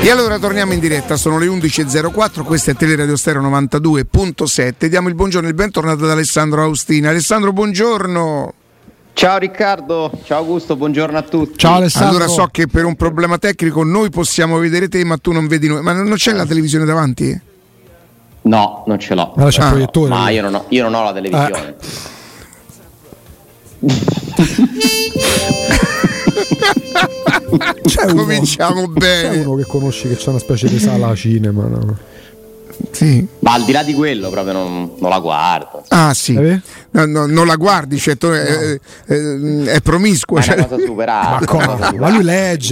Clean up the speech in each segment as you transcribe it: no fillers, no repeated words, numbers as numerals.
E allora torniamo in diretta, sono le 11.04, questa è Teleradio Stereo 92.7. Diamo il buongiorno e il bentornato ad Alessandro Austini. Alessandro, buongiorno. Ciao Riccardo, ciao Augusto, buongiorno a tutti. Ciao Alessandro. Allora so che per un problema tecnico noi possiamo vedere te, ma tu non vedi noi. Ma non c'è la televisione davanti? No, non ce l'ho. Allora c'è il proiettore. Ma io non ho la televisione. Cominciamo bene. C'è uno che conosci che c'è una specie di sala cinema, no? Sì. Ma al di là di quello proprio non la guardo. Ah sì, no, non la guardi, cioè, è promiscuo. È una cosa superata. Ma lui legge,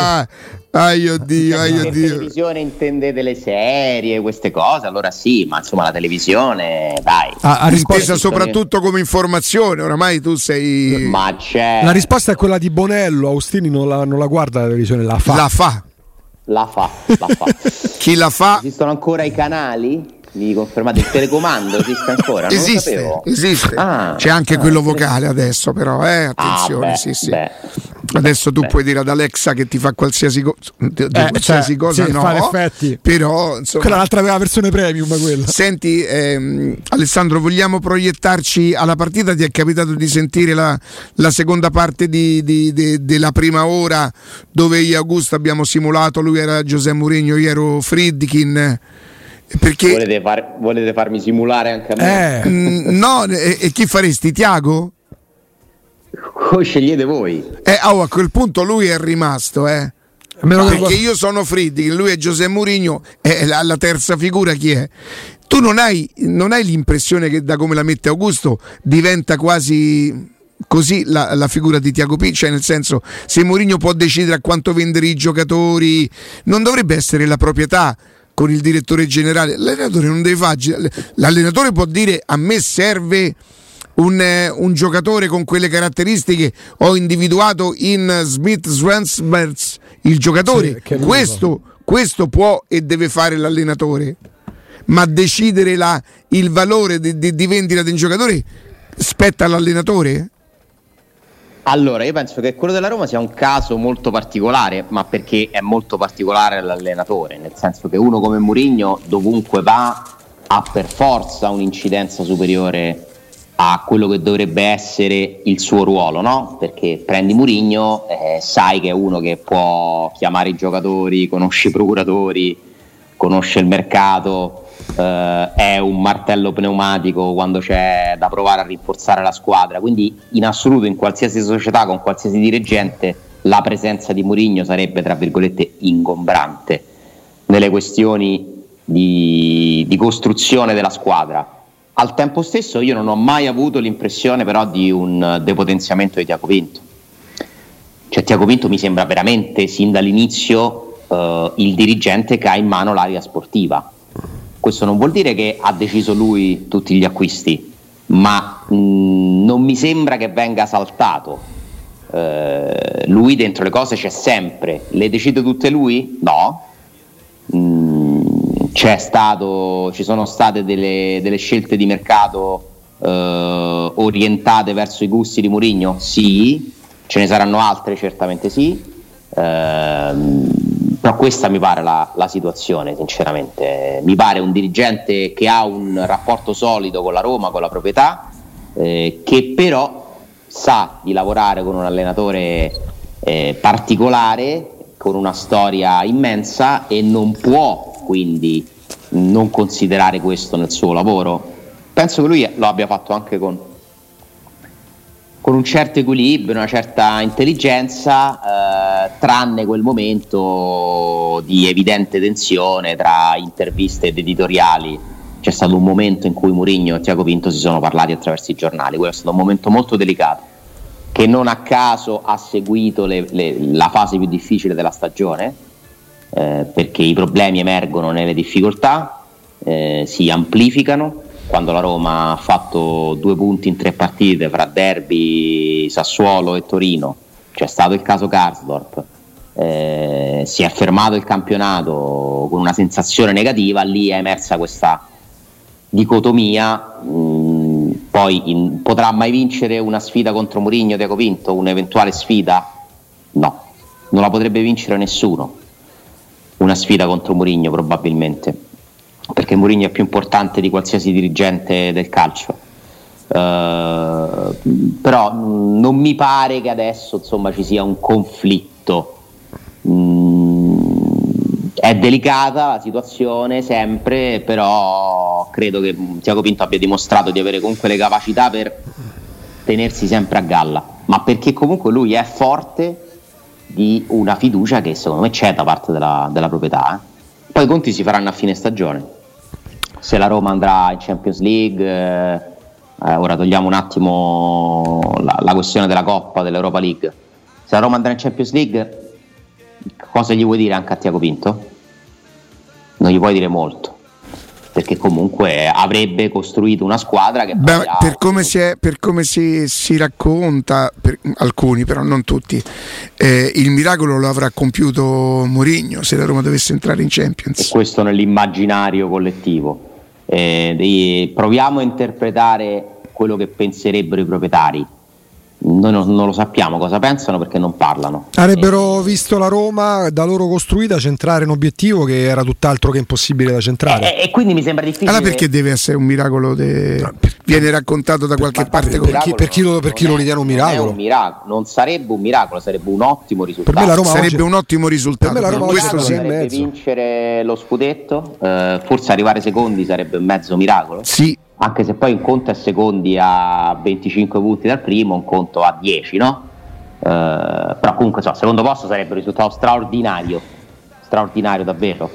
Oddio. La televisione intendete le serie, queste cose, allora sì, ma insomma la televisione, dai. Intesa soprattutto come informazione, oramai tu sei... Ma c'è... La risposta è quella di Bonello, Austini non la guarda la televisione, la fa. La fa. Chi la fa? Esistono ancora i canali? Mi confermate, il telecomando esiste ancora? Non lo sapevo. Esiste. C'è anche quello vocale adesso, però, attenzione, sì. Adesso tu puoi dire ad Alexa che ti fa qualsiasi cosa, no? Fa effetti. Però, insomma, quella è l'altra versione premium, quella. Senti, Alessandro, vogliamo proiettarci alla partita? Ti è capitato di sentire la seconda parte della prima ora, dove io e Augusto abbiamo simulato, lui era José Mourinho, io ero Friedkin. Perché volete farmi simulare anche a me? No, e chi faresti? Tiago? Scegliete voi. A quel punto lui è rimasto, perché io sono Friedkin, lui è José Mourinho, la terza figura chi è? Tu non hai l'impressione che, da come la mette Augusto, diventa quasi così la figura di Tiago Pinto? Cioè, nel senso, se Mourinho può decidere a quanto vendere i giocatori, non dovrebbe essere la proprietà con il direttore generale? L'allenatore non deve fare. L'allenatore può dire: a me serve un giocatore con quelle caratteristiche, ho individuato in Smith Swansbergs il giocatore, questo può e deve fare l'allenatore, ma decidere il valore di vendita di un giocatore spetta all'allenatore? Allora, io penso che quello della Roma sia un caso molto particolare, ma perché è molto particolare l'allenatore, nel senso che uno come Mourinho dovunque va ha per forza un'incidenza superiore a quello che dovrebbe essere il suo ruolo, no? Perché prendi Mourinho, sai che è uno che può chiamare i giocatori, conosce i procuratori, conosce il mercato, è un martello pneumatico quando c'è da provare a rinforzare la squadra, quindi in assoluto in qualsiasi società con qualsiasi dirigente la presenza di Mourinho sarebbe, tra virgolette, ingombrante nelle questioni di costruzione della squadra. Al tempo stesso io non ho mai avuto l'impressione però di un depotenziamento di Tiago Pinto. Cioè Tiago Pinto mi sembra veramente sin dall'inizio il dirigente che ha in mano l'area sportiva. Questo non vuol dire che ha deciso lui tutti gli acquisti, ma non mi sembra che venga saltato. Lui dentro le cose c'è sempre. Le decide tutte lui? No. Ci sono state delle scelte di mercato orientate verso i gusti di Mourinho? Sì. Ce ne saranno altre? Certamente sì. Però questa mi pare la situazione, sinceramente. Mi pare un dirigente che ha un rapporto solido con la Roma, con la proprietà, che però sa di lavorare con un allenatore particolare, con una storia immensa, e non può quindi non considerare questo nel suo lavoro. Penso che lui lo abbia fatto anche con un certo equilibrio, una certa intelligenza, tranne quel momento di evidente tensione tra interviste ed editoriali. C'è stato un momento in cui Mourinho e Tiago Pinto si sono parlati attraverso i giornali. Quello è stato un momento molto delicato, che non a caso ha seguito la fase più difficile della stagione, perché i problemi emergono nelle difficoltà, si amplificano. Quando la Roma ha fatto 2 punti in 3 partite fra derby, Sassuolo e Torino, c'è stato il caso Karsdorp, si è fermato il campionato con una sensazione negativa, lì è emersa questa dicotomia. Poi potrà mai vincere una sfida contro Mourinho, Tiago Pinto, un'eventuale sfida? No, non la potrebbe vincere nessuno. una sfida contro Mourinho probabilmente, perché Mourinho è più importante di qualsiasi dirigente del calcio. Però non mi pare che adesso insomma ci sia un conflitto. È delicata la situazione sempre, però credo che Tiago Pinto abbia dimostrato di avere comunque le capacità per tenersi sempre a galla, ma perché comunque lui è forte di una fiducia che secondo me c'è da parte della proprietà. Poi i conti si faranno a fine stagione, se la Roma andrà in Champions League. Ora togliamo un attimo la questione della Coppa, dell'Europa League. Se la Roma andrà in Champions League, cosa gli vuoi dire anche a Tiago Pinto? Non gli puoi dire molto, perché comunque avrebbe costruito una squadra che per come si racconta, per alcuni però non tutti, il miracolo lo avrà compiuto Mourinho se la Roma dovesse entrare in Champions, e questo nell'immaginario collettivo. Proviamo a interpretare quello che penserebbero i proprietari. Noi non lo sappiamo cosa pensano perché non parlano. Avrebbero visto la Roma da loro costruita centrare un obiettivo che era tutt'altro che impossibile da centrare, e quindi mi sembra difficile. Allora perché deve essere un miracolo? Viene raccontato da qualche parte per chi lo ritiene un miracolo. Non sarebbe un miracolo, sarebbe un ottimo risultato. Per me la Roma sarebbe un ottimo risultato. Per me la Roma questo sarebbe vincere lo scudetto, forse arrivare secondi sarebbe un mezzo miracolo. Sì. Anche se poi un conto è secondi a 25 punti dal primo, un conto a 10, no? Però comunque secondo posto sarebbe un risultato straordinario davvero.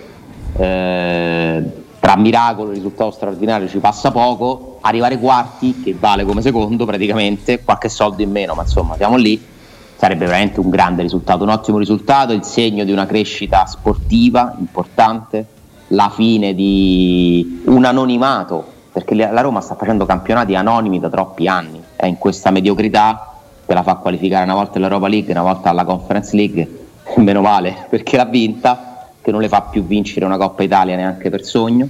Tra miracolo e risultato straordinario ci passa poco. Arrivare quarti, che vale come secondo praticamente, qualche soldo in meno, ma insomma siamo lì, sarebbe veramente un grande risultato, un ottimo risultato, il segno di una crescita sportiva importante, la fine di un anonimato, perché la Roma sta facendo campionati anonimi da troppi anni, è in questa mediocrità che la fa qualificare una volta all'Europa League, una volta alla Conference League, meno male perché l'ha vinta, che non le fa più vincere una Coppa Italia neanche per sogno,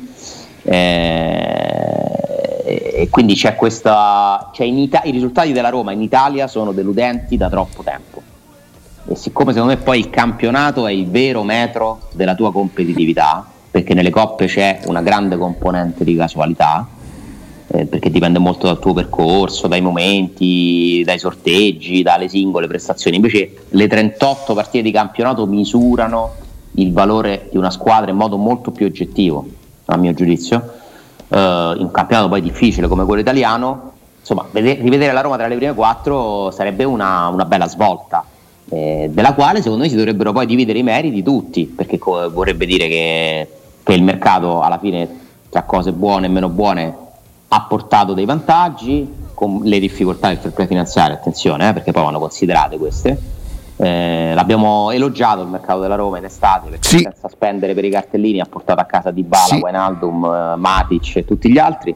e quindi c'è questa, i risultati della Roma in Italia sono deludenti da troppo tempo, e siccome secondo me poi il campionato è il vero metro della tua competitività, perché nelle coppe c'è una grande componente di casualità, perché dipende molto dal tuo percorso, dai momenti, dai sorteggi, dalle singole prestazioni. Invece le 38 partite di campionato misurano il valore di una squadra in modo molto più oggettivo, a mio giudizio. In un campionato poi difficile come quello italiano, insomma, rivedere la Roma tra le prime 4 sarebbe una bella svolta, della quale secondo me si dovrebbero poi dividere i meriti tutti, perché vorrebbe dire che il mercato alla fine, tra cose buone e meno buone, ha portato dei vantaggi, con le difficoltà del fair play finanziario, attenzione, perché poi vanno considerate queste. L'abbiamo elogiato il mercato della Roma in estate, perché senza spendere per i cartellini ha portato a casa Dybala, Wijnaldum, Matic e tutti gli altri,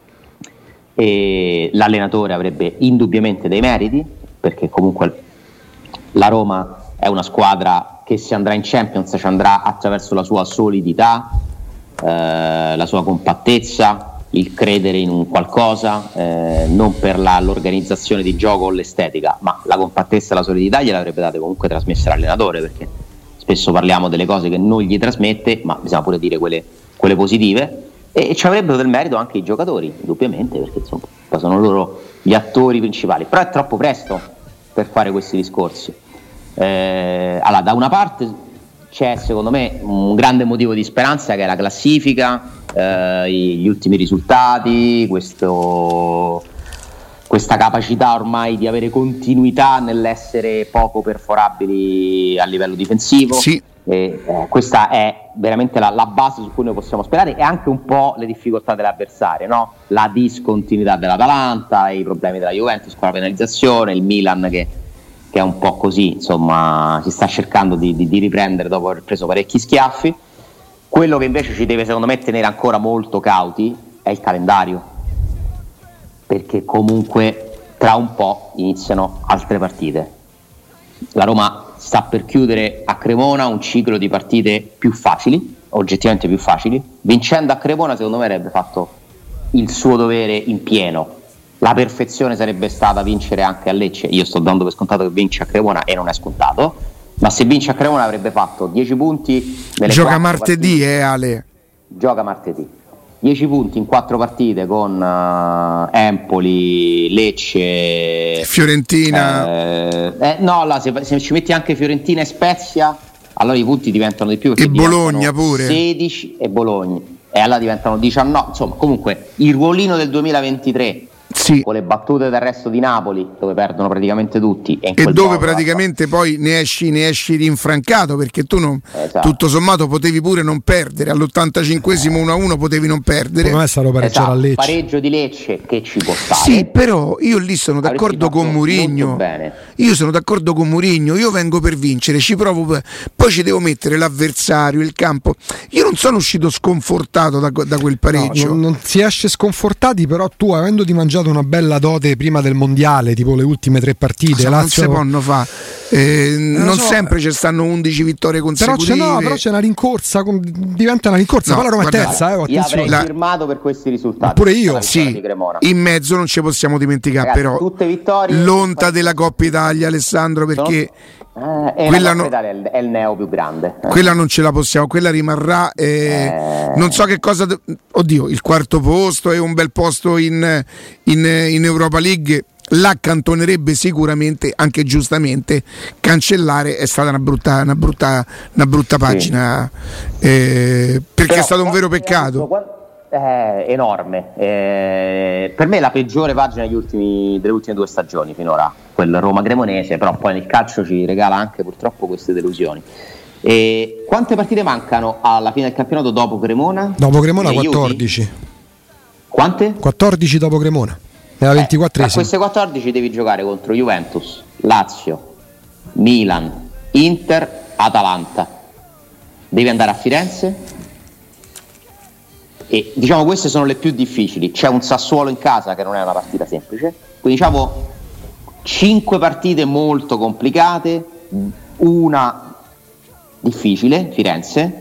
e l'allenatore avrebbe indubbiamente dei meriti, perché comunque la Roma è una squadra che se andrà in Champions ci andrà attraverso la sua solidità, la sua compattezza, il credere in un qualcosa, non per l'organizzazione di gioco o l'estetica, ma la compattezza e la solidità gliel'avrebbe date comunque trasmesse l'allenatore, perché spesso parliamo delle cose che non gli trasmette, ma bisogna pure dire quelle positive, e ci avrebbero del merito anche i giocatori, indubbiamente, perché insomma sono loro gli attori principali, però è troppo presto per fare questi discorsi. Allora, da una parte c'è secondo me un grande motivo di speranza, che è la classifica, gli ultimi risultati, questa capacità ormai di avere continuità nell'essere poco perforabili a livello difensivo. Questa è veramente la base su cui noi possiamo sperare, e anche un po' le difficoltà dell'avversario, no? La discontinuità dell'Atalanta, i problemi della Juventus con la penalizzazione, il Milan che è un po' così, insomma, si sta cercando di riprendere dopo aver preso parecchi schiaffi. Quello che invece ci deve secondo me tenere ancora molto cauti è il calendario, perché comunque tra un po' iniziano altre partite. La Roma sta per chiudere a Cremona un ciclo di partite più facili, oggettivamente più facili. Vincendo a Cremona secondo me avrebbe fatto il suo dovere in pieno. La perfezione sarebbe stata vincere anche a Lecce. Io sto dando per scontato che vince a Cremona e non è scontato. Ma se vince a Cremona avrebbe fatto 10 punti gioca martedì Ale. Gioca martedì 10 punti in 4 partite con Empoli, Lecce, Fiorentina. No, se ci metti anche Fiorentina e Spezia, allora i punti diventano di più, e Bologna pure 16 e Bologna, e allora diventano 19. Insomma, comunque il ruolino del 2023, sì, con le battute del resto di Napoli, dove perdono praticamente tutti, e dove praticamente poi ne esci rinfrancato, perché tu non, esatto, tutto sommato potevi pure non perdere all'85esimo 1-1, potevi non perdere. Come è stato pareggiare a Lecce? Pareggio di Lecce che ci può stare. Sì, però io lì sono d'accordo con Mourinho. Io sono d'accordo con Mourinho, io vengo per vincere, ci provo, poi ci devo mettere l'avversario, il campo. Io non sono uscito sconfortato da quel pareggio. No, non si esce sconfortati, però tu, avendoti mangiato una bella dote prima del mondiale, tipo le ultime 3 partite, non si possono fare. Non sempre ci stanno 11 vittorie consecutive. Però c'è una rincorsa, diventa una rincorsa. Poi la Roma è terza. Io avrei firmato per questi risultati. Pure io, sì. In mezzo non ci possiamo dimenticare, ragazzi, però tutte vittorie, l'onta della Coppa Italia, Alessandro, perché quella è il neo più grande. Quella non ce la possiamo, quella rimarrà. Non so che cosa. Oddio, il quarto posto è un bel posto in Europa League. L'accantonerebbe sicuramente, anche giustamente. Cancellare è stata una brutta pagina, perché però è stato un vero peccato. Enorme, per me è la peggiore pagina delle ultime 2 stagioni finora, quel Roma Cremonese, però poi nel calcio ci regala anche purtroppo queste delusioni. E quante partite mancano alla fine del campionato dopo Cremona? Dopo Cremona 14. Quante? 14 dopo Cremona. Nella 24esima. Tra queste 14 devi giocare contro Juventus, Lazio, Milan, Inter, Atalanta. Devi andare a Firenze e diciamo queste sono le più difficili. C'è un Sassuolo in casa che non è una partita semplice, quindi diciamo 5 partite molto complicate, una difficile, Firenze,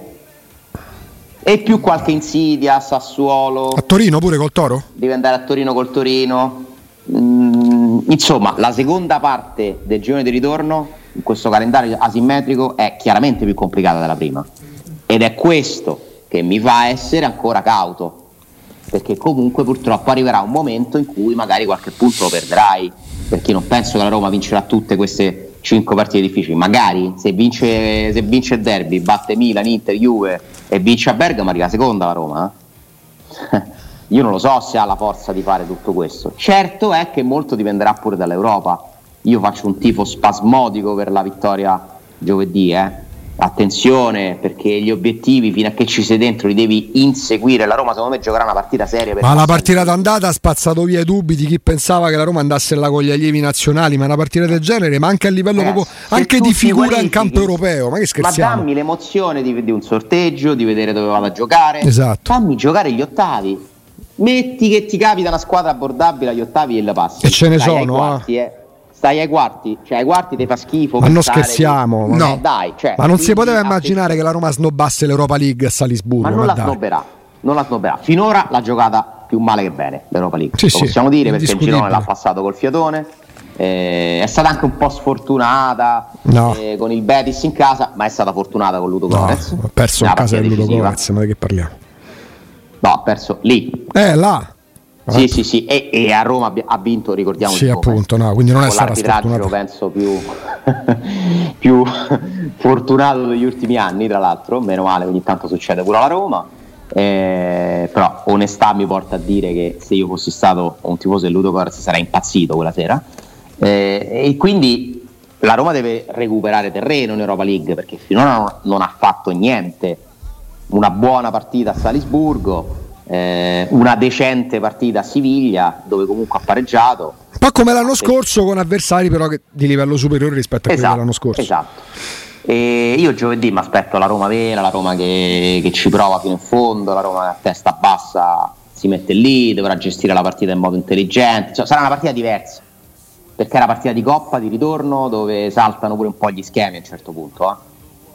e più qualche insidia, Sassuolo. A Torino pure col Toro? Devi andare a Torino col Torino. Insomma, la seconda parte del girone di ritorno in questo calendario asimmetrico è chiaramente più complicata della prima, ed è questo che mi fa essere ancora cauto, perché comunque purtroppo arriverà un momento in cui magari qualche punto lo perderai, perché non penso che la Roma vincerà tutte queste 5 partite difficili. Magari se vince il derby, batte Milan, Inter, Juve e vince a Bergamo, arriva seconda la Roma. Io non lo so se ha la forza di fare tutto questo. Certo è che molto dipenderà pure dall'Europa. Io faccio un tifo spasmodico per la vittoria giovedì, attenzione, perché gli obiettivi fino a che ci sei dentro li devi inseguire. La Roma secondo me giocherà una partita seria, ma la partita d'andata ha spazzato via i dubbi di chi pensava che la Roma andasse là con gli allievi nazionali, ma una partita del genere, ma anche a livello proprio, anche di figura in campo europeo, ma che scherziamo? Ma dammi l'emozione di un sorteggio, di vedere dove vado a giocare. Esatto. Fammi giocare gli ottavi, metti che ti capita una squadra abbordabile agli ottavi e la passi, e ce ne sono, stai ai quarti, cioè ai quarti ti fa schifo. Ma non scherziamo, no. Dai, cioè, ma non si poteva immaginare che la Roma snobbasse l'Europa League a Salisburgo. Ma non la snobberà. Finora l'ha giocata più male che bene l'Europa League, sì, possiamo dire, perché il girone l'ha passato col fiatone. È stata anche un po' sfortunata con il Betis in casa, ma è stata fortunata con Ludogorets. Ha perso in casa del Ludogorets, ma di che parliamo? No, ha perso lì. Là. Sì, e a Roma ha vinto, ricordiamo. Sì, appunto, no, quindi non è stato l'arbitraggio penso più fortunato degli ultimi anni, tra l'altro, meno male, ogni tanto succede pure alla Roma. Però onestà mi porta a dire che se io fossi stato un tifoso del Ludogorets sarei impazzito quella sera, e quindi la Roma deve recuperare terreno in Europa League, perché finora non ha fatto niente. Una buona partita a Salisburgo, una decente partita a Siviglia, dove comunque ha pareggiato, un po' come l'anno scorso, con avversari però di livello superiore rispetto a quelli dell'anno scorso. Esatto. E io giovedì mi aspetto la Roma vera, la Roma che ci prova fino in fondo, la Roma a testa bassa si mette lì, dovrà gestire la partita in modo intelligente, cioè, sarà una partita diversa, perché è una partita di Coppa di ritorno dove saltano pure un po' gli schemi a un certo punto.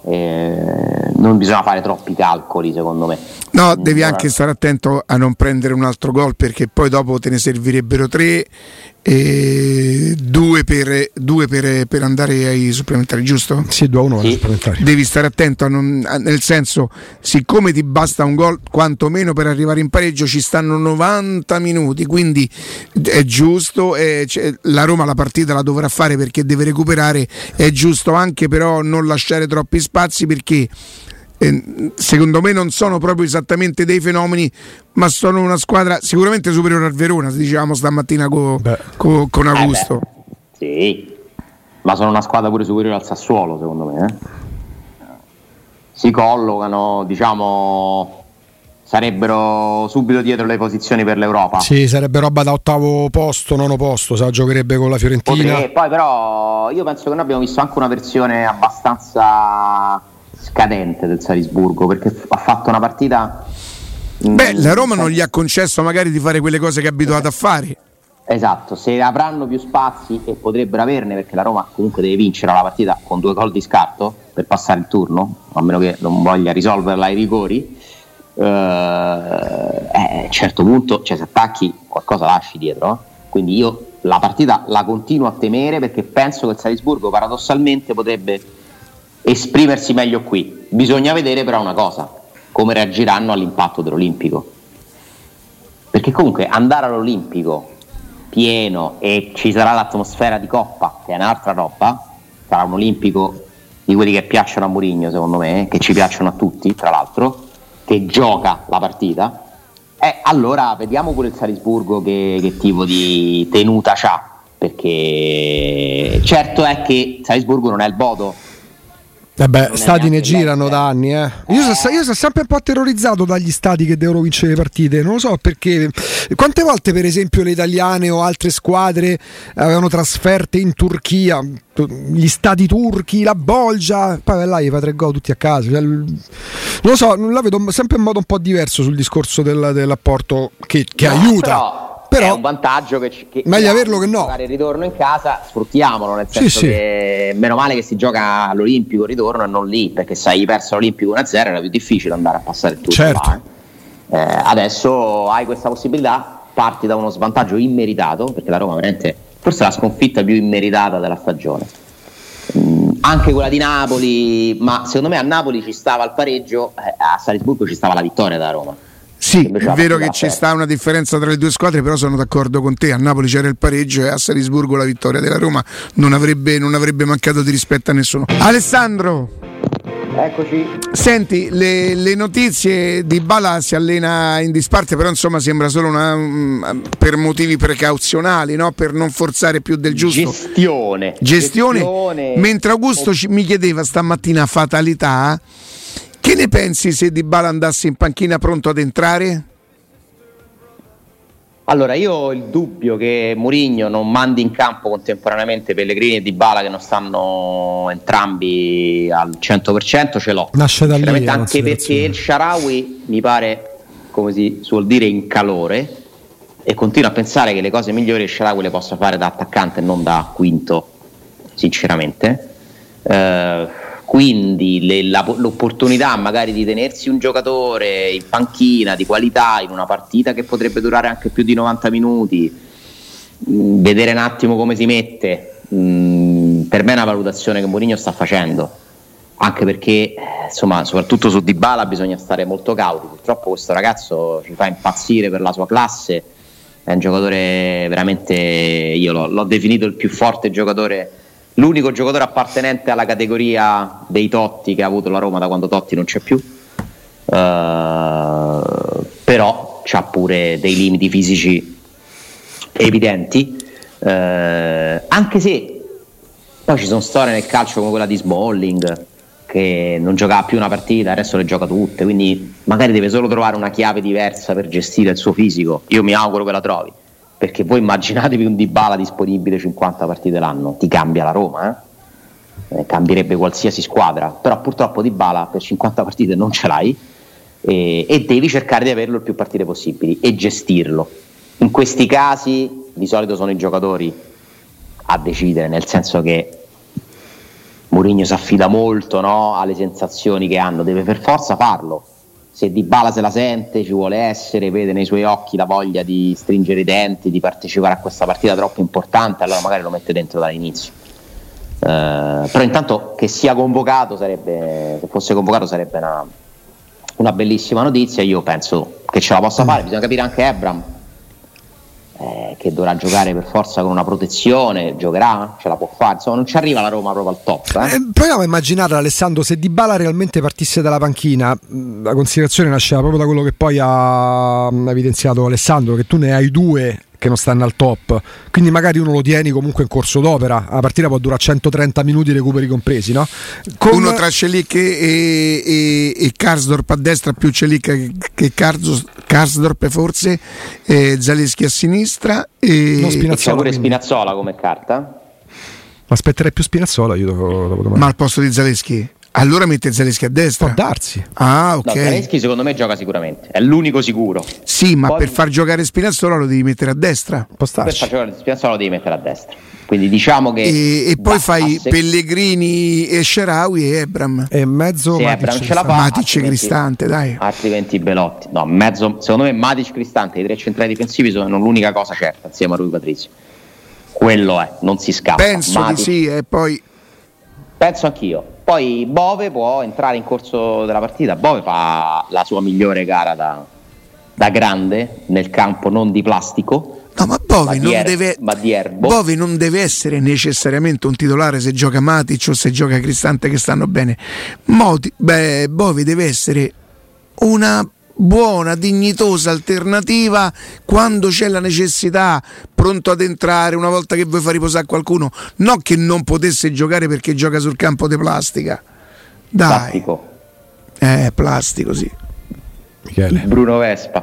Non bisogna fare troppi calcoli, secondo me. No, devi anche stare attento a non prendere un altro gol, perché poi dopo te ne servirebbero 3 2 per andare ai supplementari, giusto? Sì, 2-1 ai supplementari. Devi stare attento nel senso, siccome ti basta un gol quantomeno per arrivare in pareggio, ci stanno 90 minuti, quindi è giusto, la Roma la partita la dovrà fare perché deve recuperare, è giusto anche però non lasciare troppi spazi, perché secondo me non sono proprio esattamente dei fenomeni, ma sono una squadra sicuramente superiore al Verona, dicevamo stamattina con Augusto. Sì, ma sono una squadra pure superiore al Sassuolo, secondo me. Si collocano, diciamo, sarebbero subito dietro le posizioni per l'Europa. Sì, sarebbe roba da 8º posto, 9° posto, giocherebbe con la Fiorentina. E poi però io penso che noi abbiamo visto anche una versione abbastanza scadente del Salisburgo, perché ha fatto una partita. La Roma non gli ha concesso magari di fare quelle cose che è abituata a fare. Esatto, se avranno più spazi, e potrebbero averne, perché la Roma comunque deve vincere la partita con 2 gol di scarto per passare il turno, a meno che non voglia risolverla ai rigori. A un certo punto, se attacchi qualcosa lasci dietro, quindi io la partita la continuo a temere, perché penso che il Salisburgo paradossalmente potrebbe esprimersi meglio qui. Bisogna vedere però una cosa: come reagiranno all'impatto dell'Olimpico, perché comunque andare all'Olimpico pieno e ci sarà l'atmosfera di Coppa, che è un'altra roba, sarà un Olimpico di quelli che piacciono a Mourinho, secondo me, che ci piacciono a tutti, tra l'altro, che gioca la partita, allora vediamo pure il Salisburgo che tipo di tenuta c'ha, perché certo è che Salisburgo non è il Bodo. Stati ne girano da anni. Io sono sempre un po' terrorizzato dagli stati che devono vincere le partite, non lo so perché. Quante volte per esempio le italiane o altre squadre avevano trasferte in Turchia, gli stati turchi, la Bolgia, poi là gli fa 3 gol tutti a casa, non lo so, la vedo sempre in modo un po' diverso sul discorso dell'apporto che aiuta. Però è un vantaggio che meglio averlo che no. Giocare il ritorno in casa, sfruttiamolo, nel senso che meno male che si gioca all'Olimpico il ritorno e non lì, perché se hai perso l'Olimpico 1-0 era più difficile andare a passare il turno. Certo. Adesso hai questa possibilità, parti da uno svantaggio immeritato, perché la Roma veramente forse è la sconfitta più immeritata della stagione, anche quella di Napoli, ma secondo me a Napoli ci stava il pareggio, a Salisburgo ci stava la vittoria da Roma. Sì, è vero che ci sta una differenza tra le due squadre, però sono d'accordo con te, a Napoli c'era il pareggio e a Salisburgo la vittoria della Roma non avrebbe mancato di rispetto a nessuno. Alessandro, eccoci. Senti, le notizie: Dybala si allena in disparte, però insomma sembra solo per motivi precauzionali, no? Per non forzare più del giusto. Gestione. Mentre Augusto mi chiedeva stamattina, fatalità, che ne pensi se Dybala andasse in panchina pronto ad entrare? Allora, io ho il dubbio che Mourinho non mandi in campo contemporaneamente Pellegrini e Dybala, che non stanno entrambi al 100%, ce l'ho. Nasce da lì, anche perché il Shaarawy mi pare, come si suol dire, in calore, e continuo a pensare che le cose migliori il Shaarawy le possa fare da attaccante e non da quinto, sinceramente. Quindi l'opportunità magari di tenersi un giocatore in panchina di qualità in una partita che potrebbe durare anche più di 90 minuti, vedere un attimo come si mette, per me è una valutazione che Mourinho sta facendo, anche perché insomma soprattutto su Dybala bisogna stare molto cauti. Purtroppo questo ragazzo ci fa impazzire per la sua classe, è un giocatore veramente, io l'ho definito il più forte giocatore, l'unico giocatore appartenente alla categoria dei Totti che ha avuto la Roma da quando Totti non c'è più, però c'ha pure dei limiti fisici evidenti, anche se poi ci sono storie nel calcio come quella di Smalling, che non giocava più una partita, adesso le gioca tutte, quindi magari deve solo trovare una chiave diversa per gestire il suo fisico. Io mi auguro che la trovi, perché voi immaginatevi un Dybala disponibile 50 partite l'anno, ti cambia la Roma, cambierebbe qualsiasi squadra, però purtroppo Dybala per 50 partite non ce l'hai, e devi cercare di averlo il più partite possibili e gestirlo. In questi casi di solito sono i giocatori a decidere, nel senso che Mourinho si affida molto, no, alle sensazioni che hanno, deve per forza farlo. se Dybala se la sente, ci vuole essere, vede nei suoi occhi la voglia di stringere i denti, di partecipare a questa partita troppo importante, allora magari lo mette dentro dall'inizio. Però intanto che sia convocato se fosse convocato sarebbe una bellissima notizia. Io penso che ce la possa fare. Bisogna capire anche Ebram, che dovrà giocare per forza con una protezione, giocherà, ce la può fare, insomma non ci arriva la Roma proprio al top. Proviamo a immaginare, Alessandro, se Dybala realmente partisse dalla panchina, la considerazione nasceva proprio da quello che poi ha evidenziato Alessandro, che tu ne hai due che non stanno al top, quindi magari uno lo tieni comunque in corso d'opera, la partita può durare 130 minuti, recuperi compresi, no? Uno tra Celik e Karsdorp a destra, più Celik che Karsdorp forse, Zalewski a sinistra e c'è pure Spinazzola come carta. Aspetterei più Spinazzola io dopo ma al posto di Zalewski? Allora mette Zalewski a destra. Può darsi. Ah, ok. No, Zalewski secondo me gioca sicuramente, è l'unico sicuro. Sì, ma poi, per far giocare Spinazzola lo devi mettere a destra. Per far giocare Spinazzola lo devi mettere a destra. Quindi diciamo che e poi fai Pellegrini e Shaarawy e Ebram. E mezzo Ebram ce la fa, Matic e Cristante, dai. Altrimenti Belotti. No, mezzo, secondo me Matic Cristante, i tre centrali difensivi sono l'unica cosa certa insieme a Rui Patrizio. Quello è, non si scappa. Penso Matic, di sì, e poi penso anch'io. Poi Bove può entrare in corso della partita. Bove fa la sua migliore gara da grande nel campo non di plastico. No, ma Bove non deve essere necessariamente un titolare se gioca Matic o se gioca Cristante che stanno bene. Bove deve essere una buona, dignitosa alternativa quando c'è la necessità, pronto ad entrare una volta che vuoi far riposare qualcuno, non che non potesse giocare perché gioca sul campo di plastica. Dai. Plastico. Plastico, sì. Michele. Bruno Vespa.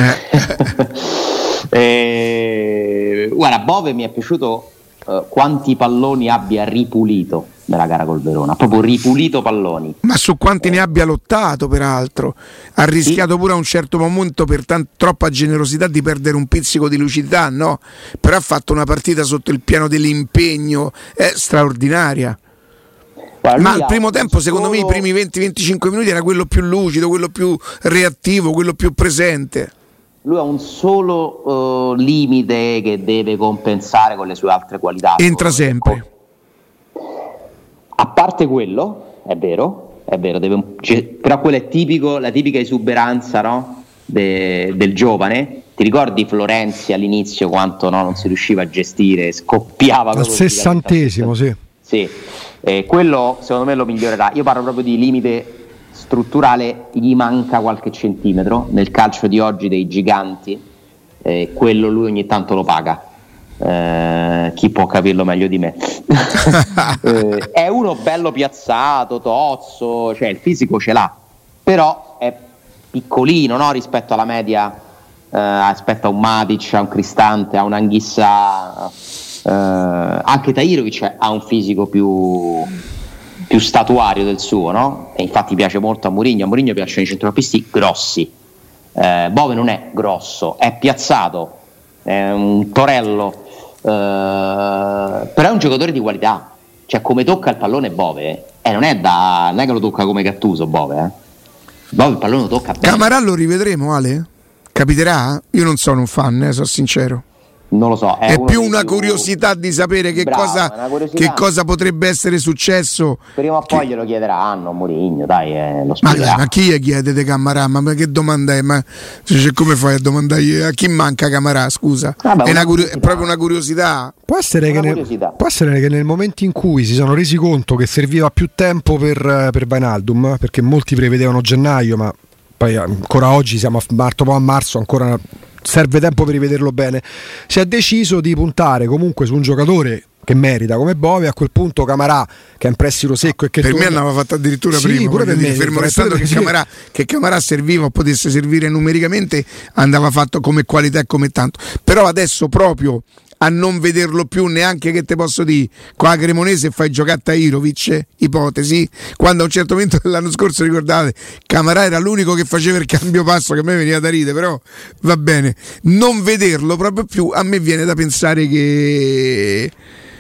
Guarda, Bove mi è piaciuto quanti palloni abbia ripulito nella gara col Verona, proprio ripulito palloni, ma su quanti ne abbia lottato, peraltro ha rischiato pure a un certo momento per troppa generosità di perdere un pizzico di lucidità, no? Però ha fatto una partita sotto il piano dell'impegno straordinaria. Guarda, ma al primo tempo secondo me i primi 20-25 minuti era quello più lucido, quello più reattivo, quello più presente. Lui ha un solo limite che deve compensare con le sue altre qualità. Entra sempre. A parte quello, è vero, però quello è tipico, la tipica esuberanza, no? Del giovane. Ti ricordi Florenzi all'inizio quanto non si riusciva a gestire, scoppiava al 60°, sì. Sì, quello secondo me lo migliorerà. Io parlo proprio di limite strutturale, gli manca qualche centimetro nel calcio di oggi dei giganti, quello lui ogni tanto lo paga. Chi può capirlo meglio di me. È uno bello piazzato, tozzo, cioè il fisico ce l'ha, però è piccolino, no? Rispetto alla media, rispetto a un Matic, a un Cristante, a un Anghissà, anche Tahirovic ha un fisico più statuario del suo, no? E infatti piace molto a Mourinho piacciono i centrocampisti grossi. Bove non è grosso, è piazzato, è un torello, però è un giocatore di qualità, cioè come tocca il pallone Bove, non è che lo tocca come Gattuso Bove, Bove il pallone lo tocca bene. Camarà lo rivedremo, Ale? Capiterà? Io non sono un fan, sono sincero. Non lo so, è più una curiosità di sapere che cosa potrebbe essere successo. Prima o poi glielo chiederanno a Mourinho, dai, lo spiegherà. Ma chi gli chiede di Camarà? Ma che domanda è? Ma come fai a domandare a chi manca Camarà? Scusa, è proprio una curiosità. Può essere che nel momento in cui si sono resi conto che serviva più tempo per Wijnaldum, perché molti prevedevano gennaio, ma poi ancora oggi siamo a marzo, ancora serve tempo per rivederlo bene, si è deciso di puntare comunque su un giocatore che merita come Bove. A quel punto Camarà, che è in prestito secco e che per me andava fatto addirittura prima, pure per me, fermo restando che Camarà serviva o potesse servire numericamente, andava fatto come qualità e come tanto, però adesso proprio a non vederlo più neanche, che te posso dire, qua a Cremonese fai giocare Tahirovic, ipotesi, quando a un certo momento l'anno scorso, ricordate, Camarà era l'unico che faceva il cambio passo, che a me veniva da ridere, però va bene, non vederlo proprio più, a me viene da pensare che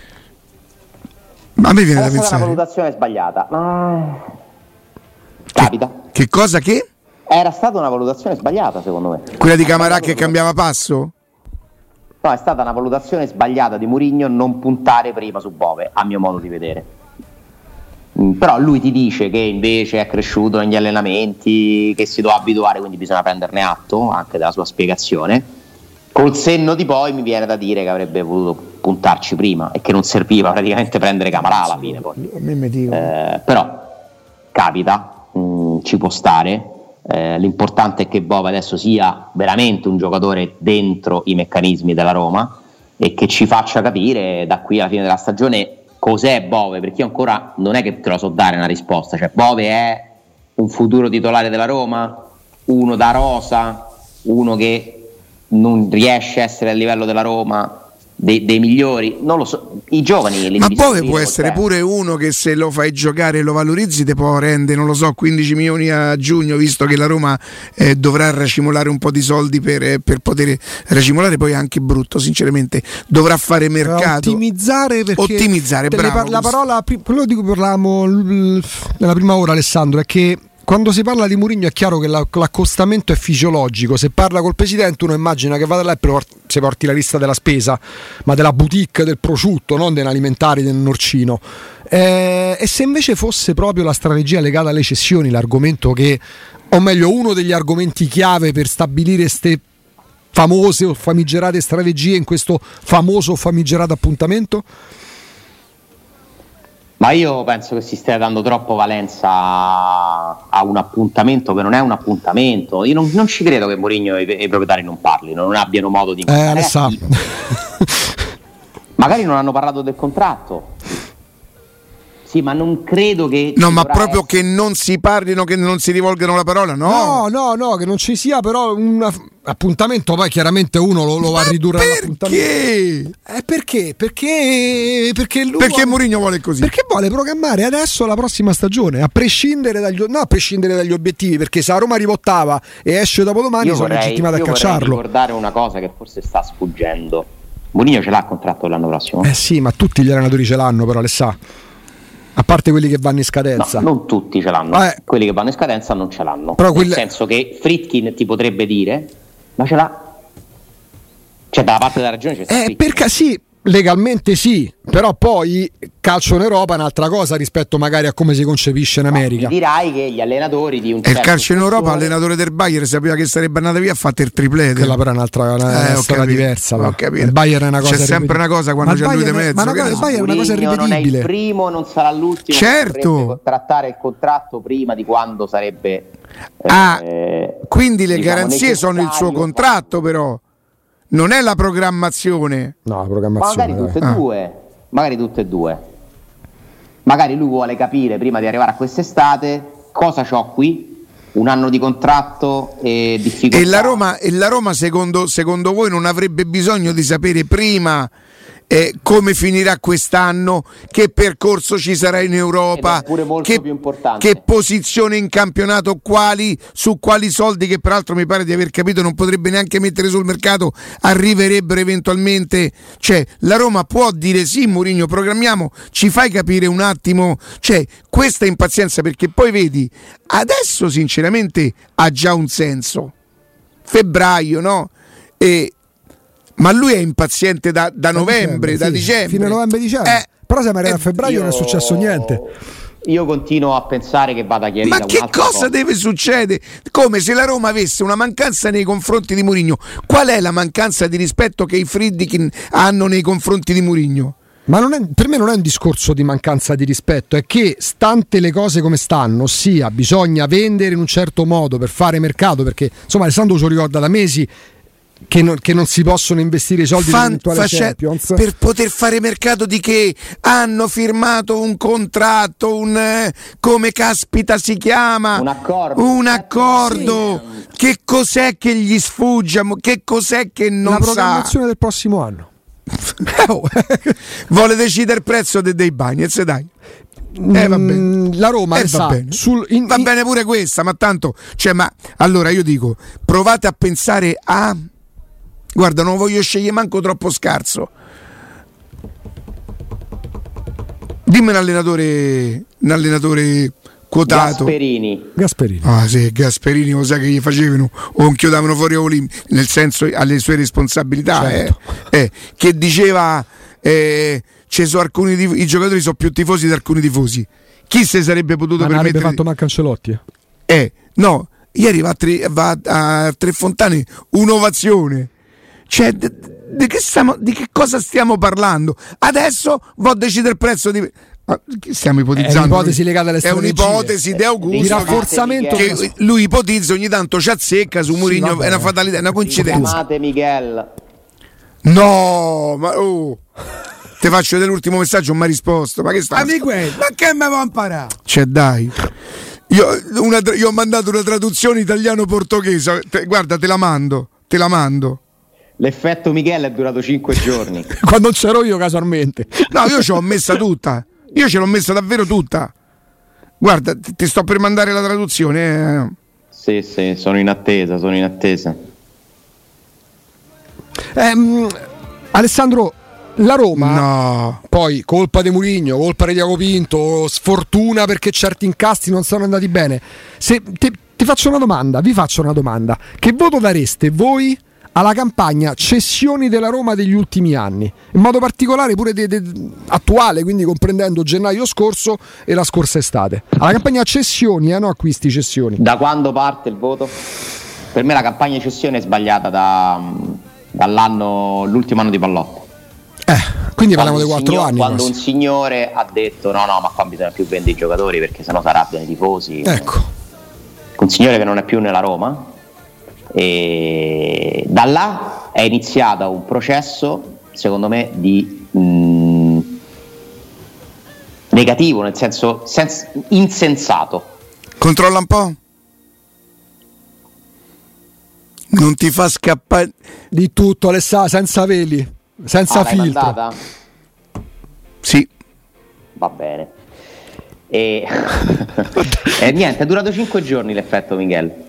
una valutazione sbagliata, capita. Che cosa che? Era stata una valutazione sbagliata, secondo me. Quella di Camarà che cambiava passo? No, è stata una valutazione sbagliata di Mourinho non puntare prima su Bove, a mio modo di vedere. Però lui ti dice che invece è cresciuto negli allenamenti, che si doveva abituare, quindi bisogna prenderne atto anche della sua spiegazione. Col senno di poi mi viene da dire che avrebbe voluto puntarci prima e che non serviva praticamente prendere Camarà alla fine poi. Però capita, ci può stare. L'importante è che Bove adesso sia veramente un giocatore dentro i meccanismi della Roma e che ci faccia capire da qui alla fine della stagione cos'è Bove, perché io ancora non è che te lo so dare una risposta. Cioè, Bove è un futuro titolare della Roma, uno da rosa, uno che non riesce a essere a livello della Roma, dei migliori, non lo so, i giovani. Ma Bove può essere pure uno che se lo fai giocare e lo valorizzi te può rendere, non lo so, 15 milioni a giugno, visto che la Roma dovrà racimolare un po' di soldi per poter racimolare, poi è anche brutto sinceramente, dovrà fare mercato, ottimizzare bravo, la parola, quello di cui parlavamo nella prima ora, Alessandro, è che quando si parla di Mourinho è chiaro che l'accostamento è fisiologico. Se parla col presidente uno immagina che vada là e si porti la lista della spesa, ma della boutique del prosciutto, non dell'alimentari del Norcino. E se invece fosse proprio la strategia legata alle cessioni l'argomento che, o meglio uno degli argomenti chiave per stabilire ste famose o famigerate strategie in questo famoso o famigerato appuntamento? Ma io penso che si stia dando troppo valenza a un appuntamento che non è un appuntamento. Io non ci credo che Mourinho e i proprietari non parlino, non abbiano modo di magari non hanno parlato del contratto. Sì, ma non credo che... No, ma proprio che non si parlino, che non si rivolgano la parola, no? No, che non ci sia però un appuntamento, poi chiaramente uno lo va a ridurre all'appuntamento. Perché? Perché Mourinho vuole così? Perché vuole programmare adesso la prossima stagione, a prescindere dagli obiettivi, perché se la Roma rivottava e esce dopodomani sono legittimati a cacciarlo. Vorrei ricordare una cosa che forse sta sfuggendo. Mourinho ce l'ha il contratto l'anno prossimo? Sì, ma tutti gli allenatori ce l'hanno, però Alessà. A parte quelli che vanno in scadenza. No, non tutti ce l'hanno. Quelli che vanno in scadenza non ce l'hanno. Però nel senso che Friedkin ti potrebbe dire, ma ce l'ha. Cioè, dalla parte della ragione c'è Friedkin. Perché sì, legalmente sì, però poi calcio in Europa è un'altra cosa rispetto magari a come si concepisce in America. Mi dirai che gli allenatori di un certo il calcio in Europa, l'allenatore del Bayern sapeva che sarebbe andato via, ha fatto il triplete. Quella però è un'altra storia diversa. Il Bayern è una cosa, c'è sempre una cosa quando c'è lui di mezzo. Ma il Bayern è una cosa irripetibile. Non è il primo, non sarà l'ultimo. Certo. Trattare il contratto prima di quando sarebbe. Quindi le garanzie sono il suo contratto, però. Non è la programmazione. No, la programmazione. Magari tutte e due. Magari lui vuole capire prima di arrivare a quest'estate cosa c'ho qui, un anno di contratto e difficoltà. E la Roma secondo voi non avrebbe bisogno di sapere prima come finirà quest'anno, che percorso ci sarà in Europa, più importante, che posizione in campionato, su quali soldi, che peraltro mi pare di aver capito non potrebbe neanche mettere sul mercato, arriverebbero eventualmente. Cioè la Roma può dire sì, Mourinho, programmiamo, ci fai capire un attimo, cioè questa impazienza, perché poi vedi adesso sinceramente ha già un senso, febbraio, no? Ma lui è impaziente da novembre, da dicembre. Fino a novembre-dicembre. Però siamo arrivati a febbraio e non è successo niente. Io continuo a pensare che vada chiarita. Ma che cosa deve succedere? Come se la Roma avesse una mancanza nei confronti di Mourinho. Qual è la mancanza di rispetto che i Friedkin hanno nei confronti di Mourinho? Ma per me non è un discorso di mancanza di rispetto, è che stante le cose come stanno, ossia bisogna vendere in un certo modo per fare mercato, perché insomma Alessandro ce lo ricorda da mesi che non si possono investire i soldi nell'eventuale Champions, per poter fare mercato di che hanno firmato un contratto, come caspita si chiama, un accordo. Sì. Che cos'è che gli sfugge, che cos'è che non sa? La programmazione del prossimo anno. Vuole decidere il prezzo dei Bagnets, dai. Va bene. La Roma va bene. Va bene pure questa, ma tanto, ma allora io dico, provate a pensare a, guarda, non voglio scegliere manco troppo scarso, dimmi un allenatore quotato. Gasperini. Ah sì, Gasperini, lo sai che gli facevano o inchiodavano fuori nel senso alle sue responsabilità, certo. Che diceva ci sono alcuni i giocatori sono più tifosi di alcuni tifosi. Chi se sarebbe potuto permettere? Avrebbe fatto manco Ancelotti. No, ieri va a Tre Fontane un'ovazione. Cioè, di che cosa stiamo parlando? Adesso va a decidere il prezzo di... Stiamo ipotizzando. È un'ipotesi legata alle strategie. È un'ipotesi di Augusto di rafforzamento che lui ipotizza, ogni tanto ci azzecca su Mourinho, è una fatalità, è una coincidenza. Chiamate Miguel. No, ma ti faccio vedere l'ultimo messaggio, non mi ha risposto. Ma che sta? Ma che me va imparare? Cioè, dai. Io ho mandato una traduzione italiano-portoghese. Guarda, te la mando. L'effetto Miguel è durato 5 giorni. Quando c'ero io casualmente. No, io ce l'ho messa tutta. Io ce l'ho messa davvero tutta. Guarda, ti sto per mandare la traduzione. Sì, sono in attesa. Alessandro, la Roma, no. Poi colpa di Mourinho, colpa di Diago Pinto, sfortuna perché certi incassi non sono andati bene. Se vi faccio una domanda, che voto dareste voi alla campagna cessioni della Roma degli ultimi anni, in modo particolare pure attuale, quindi comprendendo gennaio scorso e la scorsa estate, alla campagna cessioni, no acquisti, cessioni? Da quando parte il voto? Per me la campagna di cessione è sbagliata l'ultimo anno di Pallotta. Quindi parliamo di 4 anni. Quando un signore ha detto no, ma qua bisogna più vendere i giocatori perché sennò si arrabbiano i tifosi. Ecco. Un signore che non è più nella Roma. E da là è iniziato un processo, secondo me, di negativo, nel senso insensato. Controlla un po'. Non ti fa scappare di tutto, Alessandro, senza veli, senza filtro. Mandata? Sì. Va bene. E niente, è durato 5 giorni l'effetto Miguel.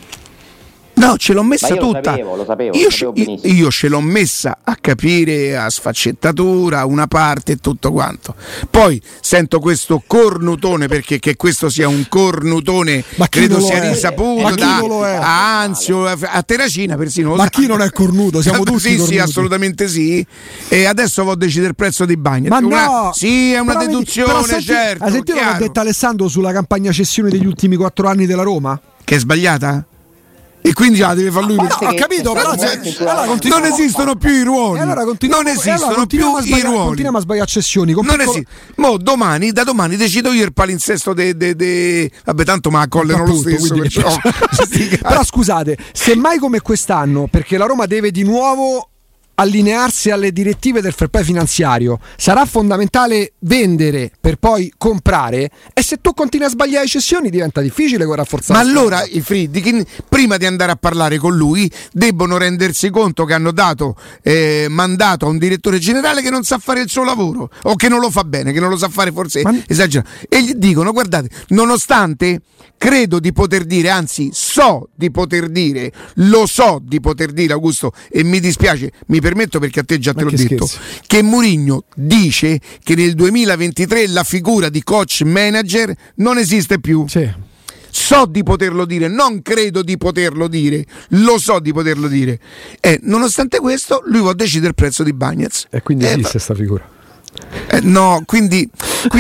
No, ce l'ho messa tutta. Lo sapevo io ce l'ho messa a capire, a sfaccettatura, una parte e tutto quanto. Poi sento questo cornutone, perché che questo sia un cornutone, credo sia risaputo da Anzio, a Terracina persino. Ma chi non è cornuto? Siamo tutti sì, cornuti. Sì, assolutamente sì. E adesso devo decidere il prezzo di Bagnet. Ma no! Sì, è una deduzione, certo. Hai sentito che ha detto Alessandro sulla campagna cessione degli ultimi 4 anni della Roma? Che è sbagliata? E quindi deve fare lui. Ho capito, però non esistono più i ruoli. Non esistono più i ruoli. Continuiamo a sbagliare cessioni. Da domani decido io il palinsesto vabbè, tanto ma accollano lo stesso. Però scusate, se mai come quest'anno, perché la Roma deve di nuovo allinearsi alle direttive del fair play finanziario, sarà fondamentale vendere per poi comprare, e se tu continui a sbagliare le cessioni diventa difficile rafforzare. Ma allora i Friedkin, prima di andare a parlare con lui, debbono rendersi conto che hanno dato mandato a un direttore generale che non sa fare il suo lavoro, o che non lo fa bene, che non lo sa fare, forse esagerato, e gli dicono: guardate, nonostante credo di poter dire, anzi so di poter dire, lo so di poter dire, Augusto, e mi dispiace, mi permetto perché a te già te l'ho detto, che Mourinho dice che nel 2023 la figura di coach manager non esiste più. Sì. So di poterlo dire, non credo di poterlo dire, lo so di poterlo dire. Nonostante questo, lui può decidere il prezzo di Bagnez. E quindi esiste sta figura. No, quindi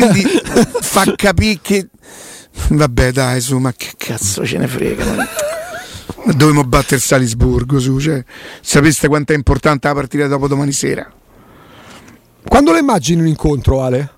fa capire che vabbè, dai, su, ma che cazzo ce ne frega. Dovevamo battere Salisburgo, su, cioè, sapeste quanto è importante la partita dopo domani sera? Quando lo immagini un incontro, Ale?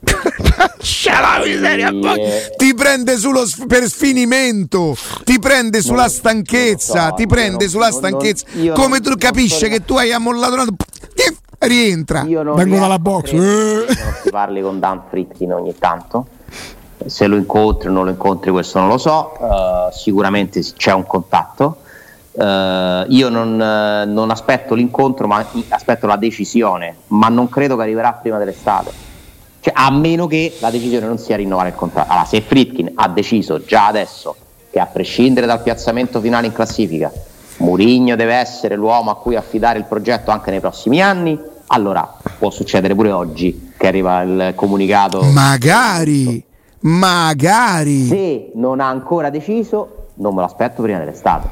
Ti prende per sfinimento, ti prende sulla stanchezza, come tu capisci che tu hai ammollato, rientra. Vengo dalla box. Si parli con Dan Friedkin ogni tanto. Se lo incontri o non lo incontri, questo non lo so. Sicuramente c'è un contatto. Io non aspetto l'incontro, ma aspetto la decisione, ma non credo che arriverà prima dell'estate. Cioè, a meno che la decisione non sia rinnovare il contratto. Allora, se Friedkin ha deciso già adesso che, a prescindere dal piazzamento finale in classifica, Mourinho deve essere l'uomo a cui affidare il progetto anche nei prossimi anni, allora può succedere pure oggi che arriva il comunicato. Magari magari. Se non ha ancora deciso, non me lo aspetto prima dell'estate.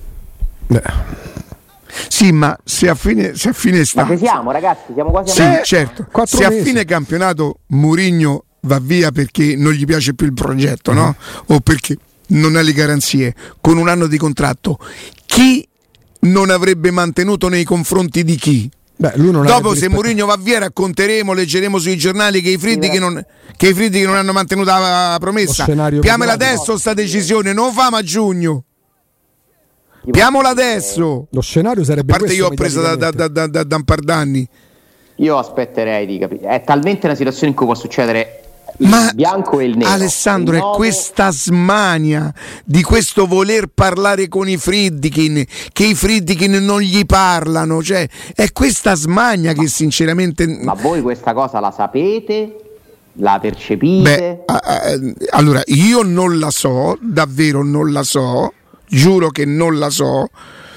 Sì, ma se a fine estate. Ma ci siamo, ragazzi, siamo quasi sì, certo. Se a fine campionato Mourinho va via perché non gli piace più il progetto, no? O perché non ha le garanzie, con un anno di contratto, chi non avrebbe mantenuto nei confronti di chi? Lui non dopo se Mourinho va via leggeremo sui giornali che i Friedkin non hanno mantenuto la promessa. Piamela adesso sta decisione, non famo a giugno. Piamola adesso. Lo scenario sarebbe a parte io ho preso da un par d'anni. Io aspetterei di capire. È talmente una situazione in cui può succedere il bianco e il nero. Alessandro, è questa smania di questo voler parlare con i Friedkin, che i Friedkin non gli parlano, cioè è questa smania che sinceramente. Ma voi questa cosa la sapete? La percepite? Allora io non la so, davvero non la so, giuro che non la so.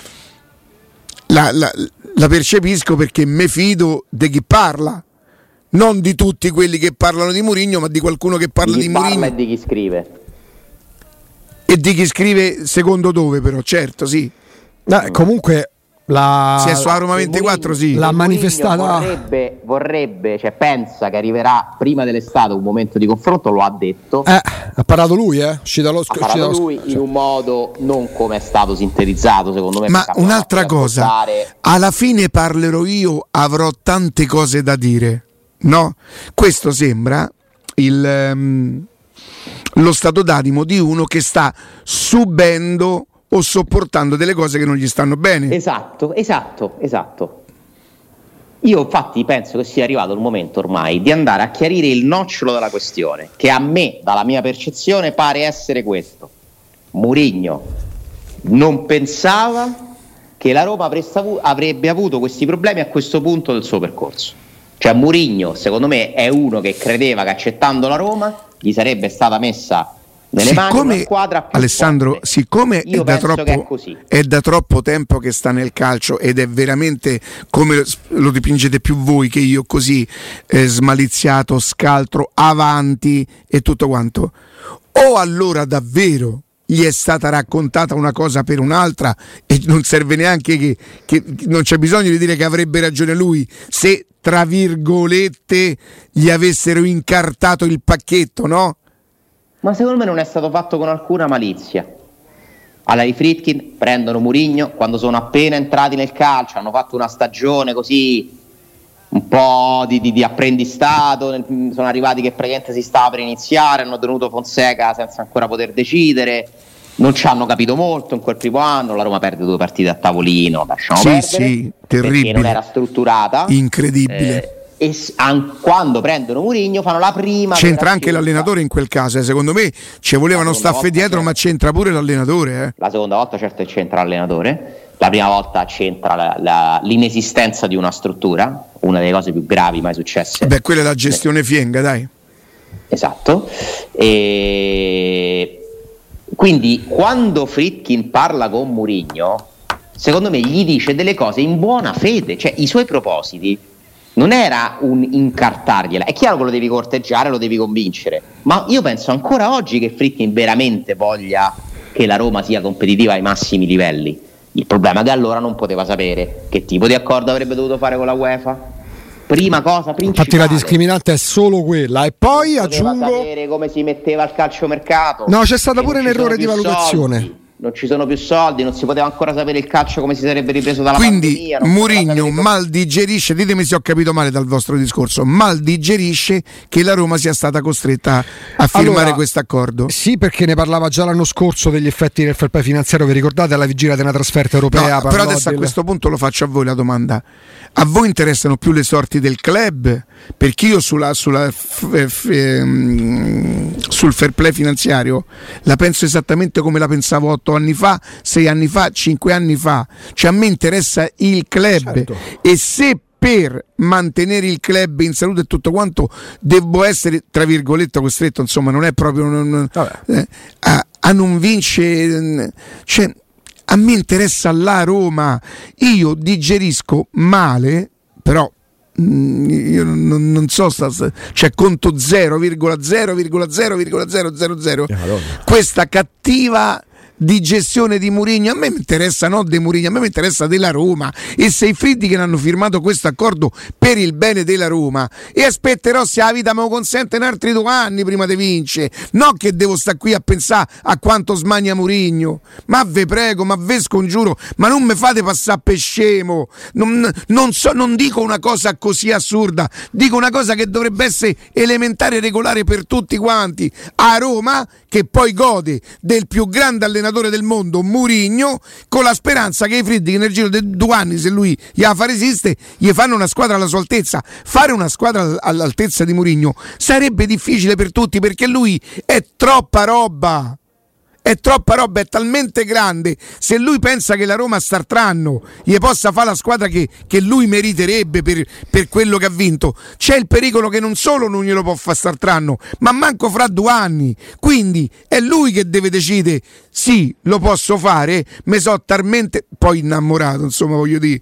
La percepisco perché me fido di chi parla. Non di tutti quelli che parlano di Mourinho, ma di qualcuno che parla di Mourinho. E di chi scrive. E di chi scrive secondo dove però, certo, sì. Comunque se è su Roma 24, sì. L'ha manifestata. Vorrebbe, cioè pensa che arriverà prima dell'estate un momento di confronto, lo ha detto. Ha parlato lui, Ha parlato lui in un modo non come è stato sintetizzato, secondo me. Ma un'altra cosa, alla fine parlerò io, avrò tante cose da dire. No, questo sembra lo stato d'animo di uno che sta subendo o sopportando delle cose che non gli stanno bene. Esatto. Io infatti penso che sia arrivato il momento ormai di andare a chiarire il nocciolo della questione, che a me, dalla mia percezione, pare essere questo. Mourinho non pensava che la Roma avrebbe avuto questi problemi a questo punto del suo percorso. Cioè Mourinho, secondo me, è uno che credeva che accettando la Roma gli sarebbe stata messa nelle mani una squadra più Alessandro, forte. Siccome è da troppo tempo che sta nel calcio ed è veramente, come lo dipingete più voi che io, così smaliziato, scaltro, avanti e tutto quanto, o allora davvero gli è stata raccontata una cosa per un'altra e non serve neanche che non c'è bisogno di dire che avrebbe ragione lui se tra virgolette gli avessero incartato il pacchetto, no? Ma secondo me non è stato fatto con alcuna malizia. Allora i Friedkin prendono Mourinho quando sono appena entrati nel calcio, hanno fatto una stagione così un po' di apprendistato, sono arrivati che praticamente si stava per iniziare, hanno tenuto Fonseca senza ancora poter decidere, non ci hanno capito molto in quel primo anno, la Roma perde 2 partite a tavolino, lasciamo perdere, sì, terribile, perché non era strutturata, incredibile. E quando prendono Mourinho fanno la prima. C'entra anche l'allenatore in quel caso, secondo me ci volevano staffe dietro, ma c'entra pure l'allenatore. La seconda volta certo che c'entra l'allenatore, la prima volta c'entra l'inesistenza di una struttura, una delle cose più gravi mai successe. Quella è la gestione fienga, dai. Esatto. E quindi quando Friedkin parla con Mourinho, secondo me gli dice delle cose in buona fede, cioè i suoi propositi non era un incartargliela, è chiaro che lo devi corteggiare, lo devi convincere, ma io penso ancora oggi che Friedkin veramente voglia che la Roma sia competitiva ai massimi livelli. Il problema è che allora non poteva sapere che tipo di accordo avrebbe dovuto fare con la UEFA. Prima cosa principale. Infatti la discriminante è solo quella. E poi non aggiungo, sapere come si metteva il calciomercato. No, c'è stato pure un errore di valutazione. Soldi. Non ci sono più soldi, non si poteva ancora sapere il calcio come si sarebbe ripreso dalla pandemia. Quindi Mourinho mal digerisce, ditemi se ho capito male dal vostro discorso, mal digerisce che la Roma sia stata costretta a firmare questo accordo. Sì, perché ne parlava già l'anno scorso degli effetti del fair play finanziario, vi ricordate, alla vigilia di una trasferta europea? No, però adesso a questo punto lo faccio a voi la domanda. A voi interessano più le sorti del club? Perché io sul fair play finanziario la penso esattamente come la pensavo 8 anni fa, 6 anni fa, 5 anni fa. Cioè a me interessa il club, certo. E se per mantenere il club in salute e tutto quanto devo essere tra virgolette costretto, insomma non è proprio a non vincere, cioè a me interessa la Roma. Io digerisco male, però io non so, cioè conto 0,0,0,000 questa cattiva di gestione di Mourinho. A me mi interessa non di Mourinho, a me mi interessa della Roma, e se i Friedkin hanno firmato questo accordo per il bene della Roma, e aspetterò, se la vita me lo consente, in altri 2 anni prima di vincere, no che devo stare qui a pensare a quanto smania Mourinho. Ma ve prego, ma ve scongiuro, ma non mi fate passare per scemo. Non dico una cosa così assurda, dico una cosa che dovrebbe essere elementare e regolare per tutti quanti. A Roma, che poi gode del più grande allenatore del mondo, Mourinho, con la speranza che i Friedkin nel giro di 2 anni, se lui gliela fa resistere, gli fanno una squadra alla sua altezza. Fare una squadra all'altezza di Mourinho sarebbe difficile per tutti, perché lui è troppa roba. È troppa roba, è talmente grande. Se lui pensa che la Roma startranno gli possa fare la squadra che lui meriterebbe per quello che ha vinto, c'è il pericolo che non solo non glielo può far startranno, ma manco fra 2 anni. Quindi è lui che deve decidere: sì, lo posso fare, mi sono talmente poi innamorato, insomma, voglio dire,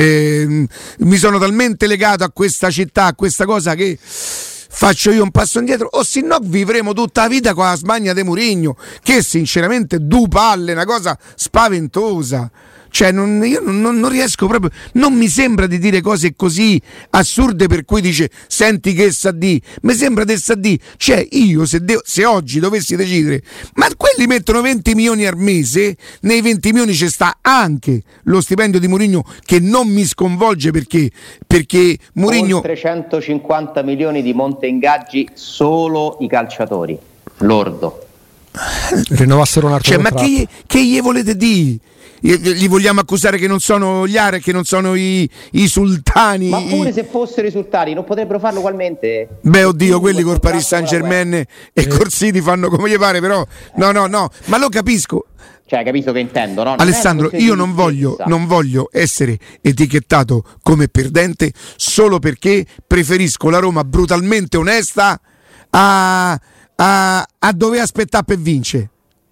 mi sono talmente legato a questa città, a questa cosa, che faccio io un passo indietro, o se no vivremo tutta la vita con la smania di Mourinho, che sinceramente du palle, una cosa spaventosa. Cioè io non riesco proprio, non mi sembra di dire cose così assurde per cui dice senti che sa di, mi sembra di sa di. Cioè io se oggi dovessi decidere, ma quelli mettono 20 milioni al mese, nei 20 milioni ci sta anche lo stipendio di Mourinho, che non mi sconvolge, perché Mourinho, oltre 350 milioni di monte ingaggi solo i calciatori, lordo. Rinnovassero un altro contratto. Ma che gli volete dire? Gli vogliamo accusare che non sono gli Are, che non sono i sultani? Ma pure se fossero i sultani non potrebbero farlo ugualmente? Beh, oddio, quelli col Paris Saint-Germain e col City fanno come gli pare, però no, ma lo capisco. Cioè, hai capito che intendo, no? Alessandro, io non voglio essere etichettato come perdente solo perché preferisco la Roma brutalmente onesta a dove aspettare per vincere.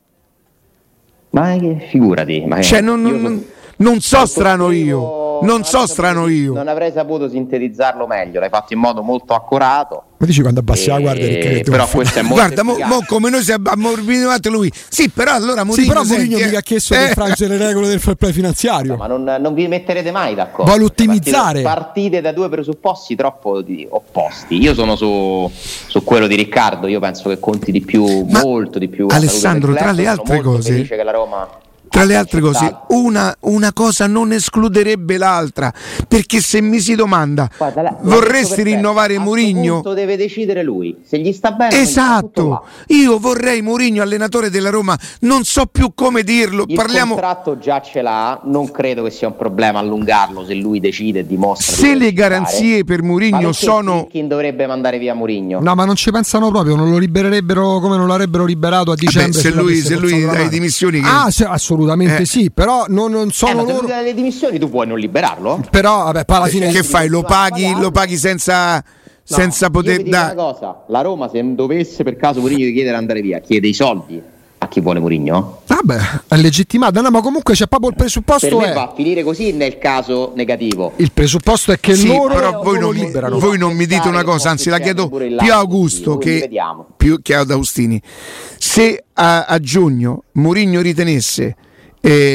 Ma figurati, cioè non so strano io. Non avrei saputo sintetizzarlo meglio, l'hai fatto in modo molto accurato. Ma dici quando abbassi la guardia, però questo è molto. Guarda, mo come noi abbiamo rovinato lui. Sì, però allora Mourinho mi ha chiesto di infrangere le regole del fair play finanziario. No, ma non vi metterete mai d'accordo. Vuole ottimizzare. Partite da 2 presupposti troppo opposti. Io sono su quello di Riccardo, io penso che conti di più, molto di più. Alessandro, tra le altre cose, dice che la Roma, tra le altre cose, una cosa non escluderebbe l'altra, perché se mi si domanda, vorresti rinnovare Mourinho? A questo punto deve decidere lui, se gli sta bene. Esatto, io vorrei Mourinho allenatore della Roma, non so più come dirlo. Il contratto già ce l'ha, non credo che sia un problema allungarlo se lui decide e dimostra. Se le garanzie per Mourinho sono... Chi dovrebbe mandare via Mourinho? No, ma non ci pensano proprio, non lo libererebbero come non l'avrebbero liberato a dicembre. Se lui dà le dimissioni... Assolutamente sì, però non sono loro. Ma se le dimissioni tu puoi non liberarlo? Però vabbè, poi alla fine che fai? Lo paghi senza poter dare una cosa. La Roma, se dovesse per caso Mourinho chiedere di andare via, chiede i soldi a chi vuole Mourinho? Vabbè, è legittimato, no, ma comunque c'è proprio il presupposto. Per me va a finire così nel caso negativo. Il presupposto è che loro però voi non liberano. Voi non mi dite una cosa, anzi la chiedo più a Augusto che ad Agustini. Se a giugno Mourinho ritenesse che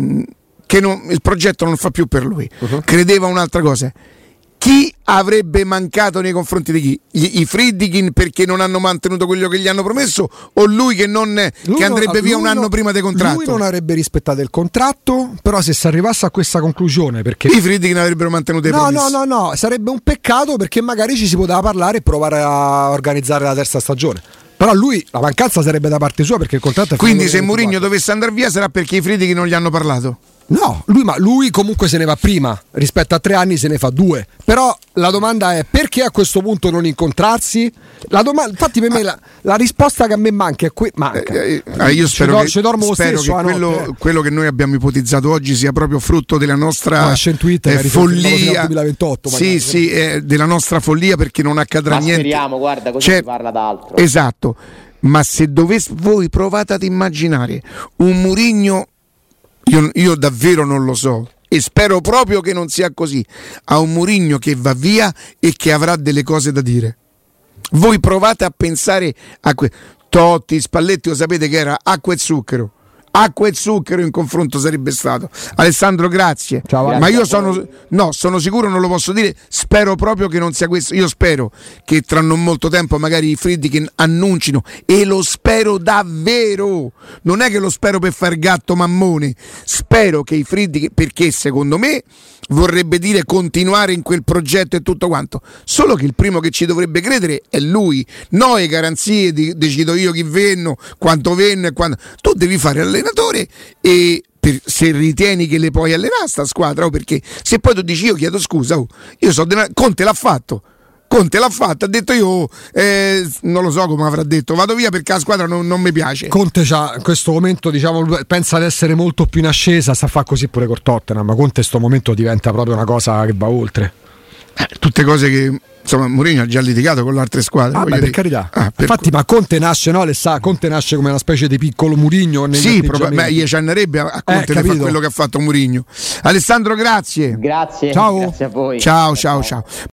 il progetto non fa più per lui, credeva un'altra cosa, chi avrebbe mancato nei confronti di chi? I Friedkin perché non hanno mantenuto quello che gli hanno promesso, o lui che andrebbe via un anno prima del contratto? Lui non avrebbe rispettato il contratto, però se si arrivasse a questa conclusione, perché i Friedkin avrebbero mantenuto i promessi. No, sarebbe un peccato, perché magari ci si poteva parlare e provare a organizzare la terza stagione. Però la mancanza sarebbe da parte sua, perché il contratto è quindi se Mourinho dovesse andare via sarà perché i Friedkin non gli hanno parlato? No, lui comunque se ne va prima, rispetto a 3 anni se ne fa 2. Però la domanda è: perché a questo punto non incontrarsi? Infatti per me la risposta che a me manca è io spero che quello che noi abbiamo ipotizzato oggi sia proprio frutto della nostra follia 2028, della nostra follia, perché non accadrà niente. Speriamo, guarda, così si parla d'altro. Esatto, ma se voi provate ad immaginare un Mourinho, io davvero non lo so, e spero proprio che non sia così, a un Mourinho che va via e che avrà delle cose da dire. Voi provate a pensare a Totti, Spalletti, lo sapete che era acqua e zucchero in confronto sarebbe stato. Alessandro, grazie. Ciao, ma io sono sicuro, non lo posso dire, spero proprio che non sia questo. Io spero che tra non molto tempo magari i Friedkin annuncino, e lo spero davvero, non è che lo spero per far gatto mammone, spero che i Friedkin, perché secondo me vorrebbe dire continuare in quel progetto e tutto quanto, solo che il primo che ci dovrebbe credere è lui, no le garanzie decido io chi venno, quanto venne, tu devi fare allenatore e se ritieni che le puoi allenare sta squadra, perché se poi tu dici io chiedo scusa, io so Conte l'ha fatto, ha detto io non lo so come avrà detto, vado via perché la squadra non mi piace. Conte in questo momento, diciamo, pensa ad essere molto più in ascesa, sta a fare così pure col Tottenham, ma Conte in questo momento diventa proprio una cosa che va oltre. Tutte cose che insomma Mourinho ha già litigato con le altre squadre. Per carità. Infatti, ma Conte nasce, no? Conte nasce come una specie di piccolo Mourinho. Sì, gli accennerebbe a Conte di fare quello che ha fatto Mourinho. Alessandro, grazie. Grazie. Ciao. Grazie a voi. Ciao.